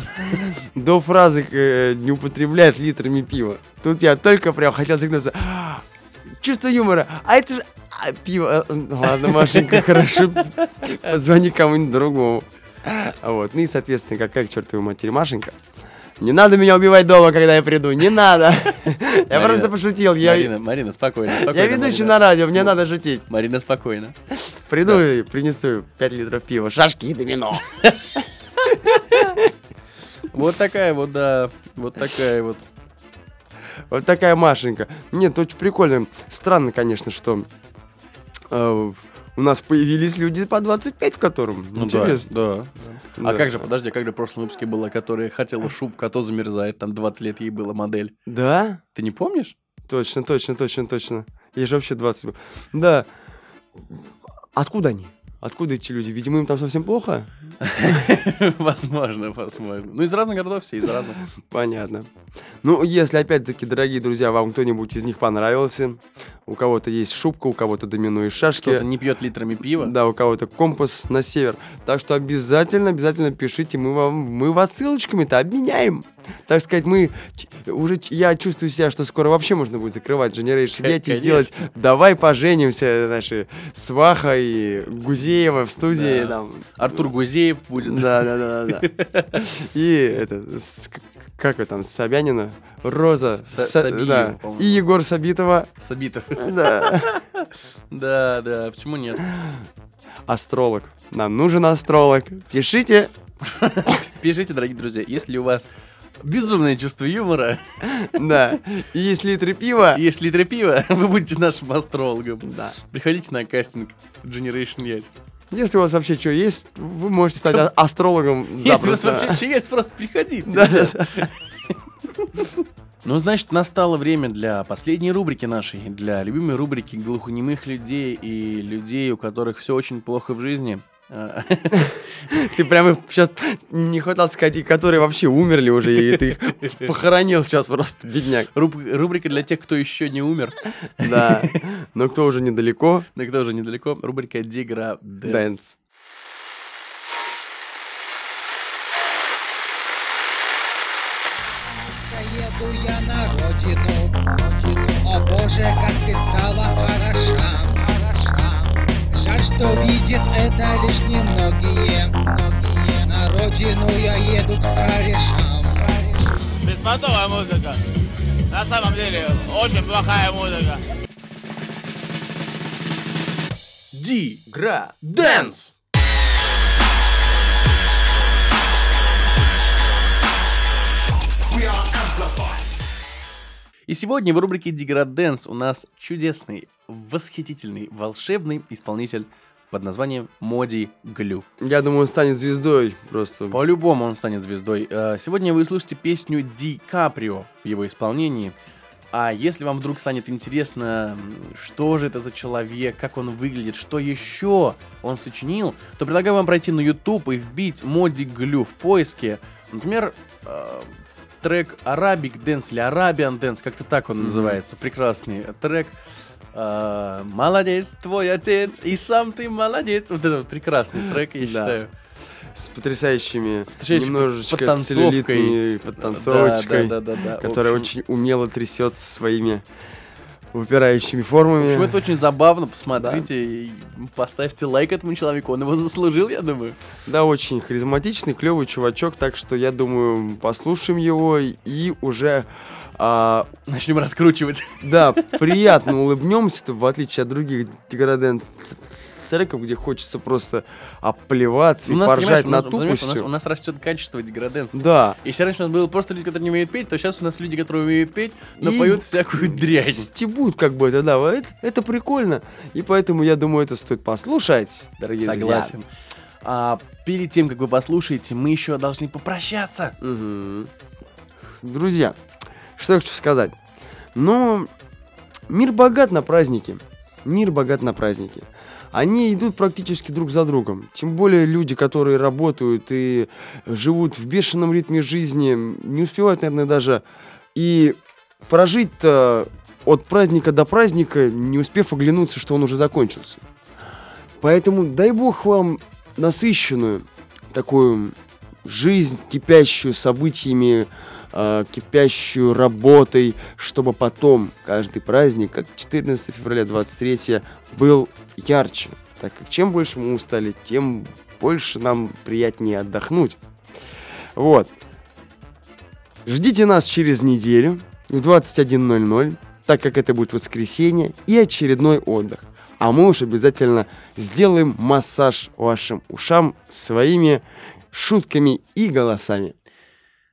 до фразы э, «не употребляет литрами пива». Тут я только прям хотел загнуться. Чувство юмора. А это же а, пиво. Э, Ладно, Машенька, хорошо. Позвони кому-нибудь другому. Вот. Ну и, соответственно, какая к чертовой матери Машенька. Не надо меня убивать дома, когда я приду. Не надо. Я Марина, просто пошутил. Я Марина, Марина, спокойно. спокойно я ведущий Марина. на радио, мне надо шутить. Марина, спокойно. Приду и принесу пять литров пива, шашки и домино. Вот такая вот, да, вот такая вот. Вот такая Машенька. Нет, очень прикольно. Странно, конечно, что э, у нас появились люди по двадцать пять, в котором. Ну Интересно. да, да. А Да. как же, подожди, как же в прошлом выпуске была, которая хотела шубку, а то замерзает, там двадцать лет ей была модель. Да? Ты не помнишь? Точно, точно, точно, точно. Ей же вообще двадцать был. Да. Откуда они? Откуда эти люди? Видимо, им там совсем плохо? Возможно, возможно. Ну, из разных городов все, из разных. Понятно. Ну, если, опять-таки, дорогие друзья, вам кто-нибудь из них понравился, у кого-то есть шубка, у кого-то доминуют шашки. Кто-то не пьет литрами пива. Да, у кого-то компас на север. Так что обязательно, обязательно пишите, мы вам, мы вас ссылочками-то обменяем. Так сказать, мы ч- уже, ч- я чувствую себя, что скоро вообще можно будет закрывать Generation взять и Конечно. сделать «Давай поженимся», наши Сваха и Гузеева в студии. Да. Там. Артур Гузеев будет. Да, да, да, да. да. И это, с- к- как его там, Собянина, Роза, С- Са- Сабиева, да, по-моему. и Егор Сабитова. Сабитов. Да. Да, да, почему нет? Астролог. Нам нужен астролог. Пишите. Пишите, дорогие друзья, если у вас безумное чувство юмора, Да. И есть литры пива. и есть литры пива, вы будете нашим астрологом. Да. Приходите на кастинг Generation пять. Если у вас вообще что есть, вы можете стать а- астрологом Если у вас запросто. вообще что есть, просто приходите. Да, ребят. да. Ну, значит, настало время для последней рубрики нашей, для любимой рубрики глухонемых людей и людей, у которых все очень плохо в жизни. А, Ты прямо сейчас не хотел сказать, и которые вообще умерли уже, и ты их похоронил сейчас просто, бедняк. руб- Рубрика для тех, кто еще не умер, Да. Но кто уже недалеко, но кто уже недалеко. Рубрика Дигра Дэнс. дэнс. Еду я на родину, родину. О боже, как ты стала хороша, хороша. Жаль, что видят это лишь немногие, многие. На родину я еду к корешам, корешам. Беспонтовая музыка. На самом деле, очень плохая музыка. Дигра Дэнс. И сегодня в рубрике Дигра Дэнс у нас чудесный, восхитительный, волшебный исполнитель под названием Моди Глю. Я думаю, он станет звездой просто. По-любому он станет звездой. Э, Сегодня вы слушаете песню Ди Каприо в его исполнении. А если вам вдруг станет интересно, м, что же это за человек, как он выглядит, что еще он сочинил, то предлагаю вам пройти на YouTube и вбить Моди Глю в поиске. Например, э, трек Arabic Dance или Arabian Dance, как-то так он Мгм. называется. Прекрасный трек. Э, Молодец, твой отец, и сам ты молодец. Вот это вот прекрасный трек, я Да. считаю. С потрясающими, Потрясающей немножечко подтанцовкой. целлюлитными подтанцовочкой, Да, да, да, да. которая В общем, очень умело трясет своими выпирающими формами. в общем, это очень забавно, посмотрите, и поставьте лайк этому человеку, он его заслужил, я думаю. Да, очень харизматичный, клевый чувачок, так что я думаю, послушаем его и уже, а, Начнем раскручивать. да, приятно улыбнемся, в отличие от других деграденс треков, где хочется просто оплеваться и У нас, поржать понимаешь, у над нас, понимаешь, у нас, у тупостью. нас растет качество деграденции. Да. Если раньше у нас было просто люди, которые не умеют петь, то сейчас у нас люди, которые умеют петь, но И поют всякую дрянь. Стебут как бы это, да, это, это прикольно. И поэтому, я думаю, это стоит послушать, дорогие Согласен. А перед тем, как вы послушаете, мы еще должны попрощаться. друзья. Мгм. Друзья, что я хочу сказать. Ну, мир богат на праздники. Мир богат на праздники. Они идут практически друг за другом. Тем более люди, которые работают и живут в бешеном ритме жизни, не успевают, наверное, даже и прожить-то от праздника до праздника, не успев оглянуться, что он уже закончился. Поэтому дай бог вам насыщенную такую жизнь, кипящую событиями, э, кипящую работой, чтобы потом каждый праздник, как четырнадцатого февраля, двадцать третьего, был ярче. Так как чем больше мы устали, тем больше нам приятнее отдохнуть. Вот. Ждите нас через неделю в двадцать один ноль ноль, так как это будет воскресенье и очередной отдых. А мы уж обязательно сделаем массаж вашим ушам своими шутками и голосами.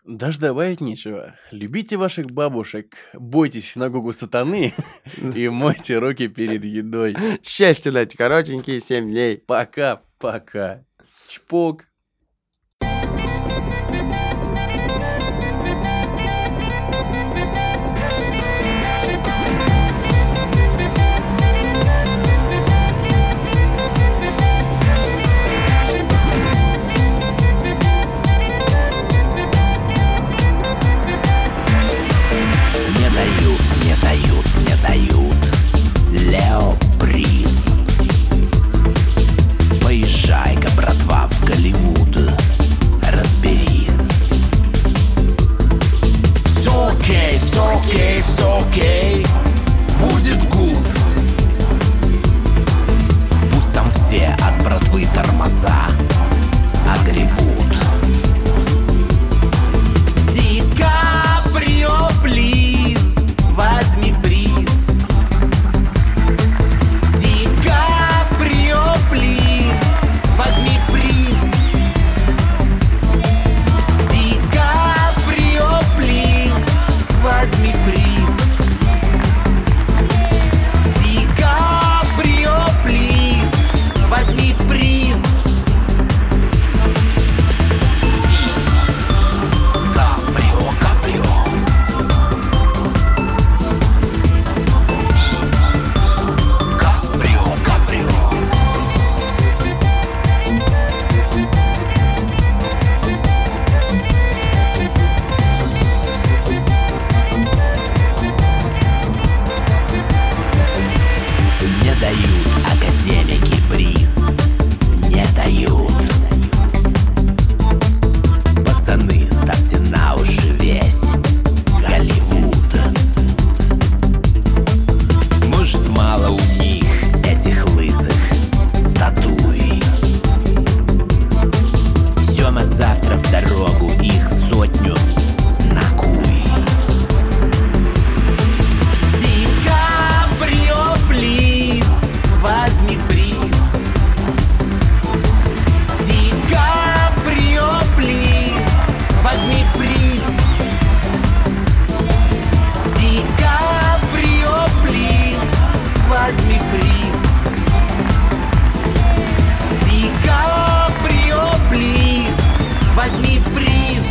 Даже добавить нечего. Любите ваших бабушек, бойтесь синагогу сатаны и мойте руки перед едой. Счастья дать, коротенькие семь дней. Пока-пока. Чпок. Лео приз. Поезжай-ка, братва, в Голливуд. Разберись. Все окей, все окей, все окей. Будет гуд. Пусть там все от братвы тормоза огребут. Ди Каприо, плиз, возьми приз. Возьми приз. Ди Каприо, плиз, возьми приз. Ди Каприо, плиз, возьми приз. Ди Каприо, Каприо. Ди Каприо, Каприо. Не дают академики приз, не дают. Пацаны, ставьте на уши весь Голливуд. Может, мало у них этих лысых статуй. Сёма, завтра в дорогу их сотню накуй. Ди Каприо, плиз, возьми приз. Ди Каприо, плиз, возьми приз. Ди Каприо, плиз, возьми приз. Ди Каприо, плиз, возьми приз.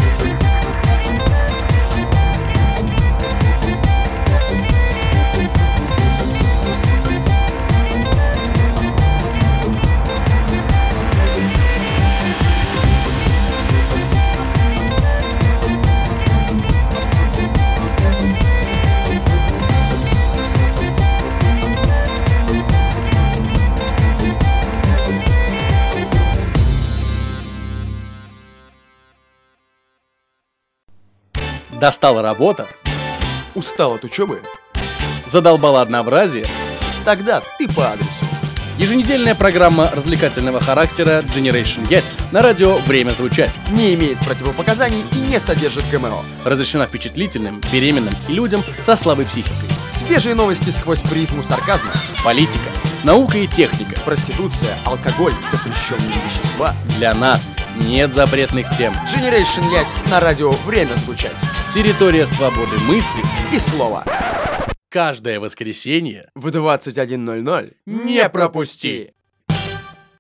Достала работа, Устал от учебы? задолбала однообразие. Тогда ты по адресу. Еженедельная программа развлекательного характера Generation Yacht на радио «Время звучать». Не имеет противопоказаний и не содержит ГМО. Разрешена впечатлительным, беременным и людям со слабой психикой. Свежие новости сквозь призму сарказма. Политика, наука и техника. Проституция, алкоголь, запрещенные вещества. Для нас нет запретных тем. Generation Yacht на радио «Время звучать». Территория свободы мысли. И слова. Каждое воскресенье В двадцать один ноль ноль не пропусти!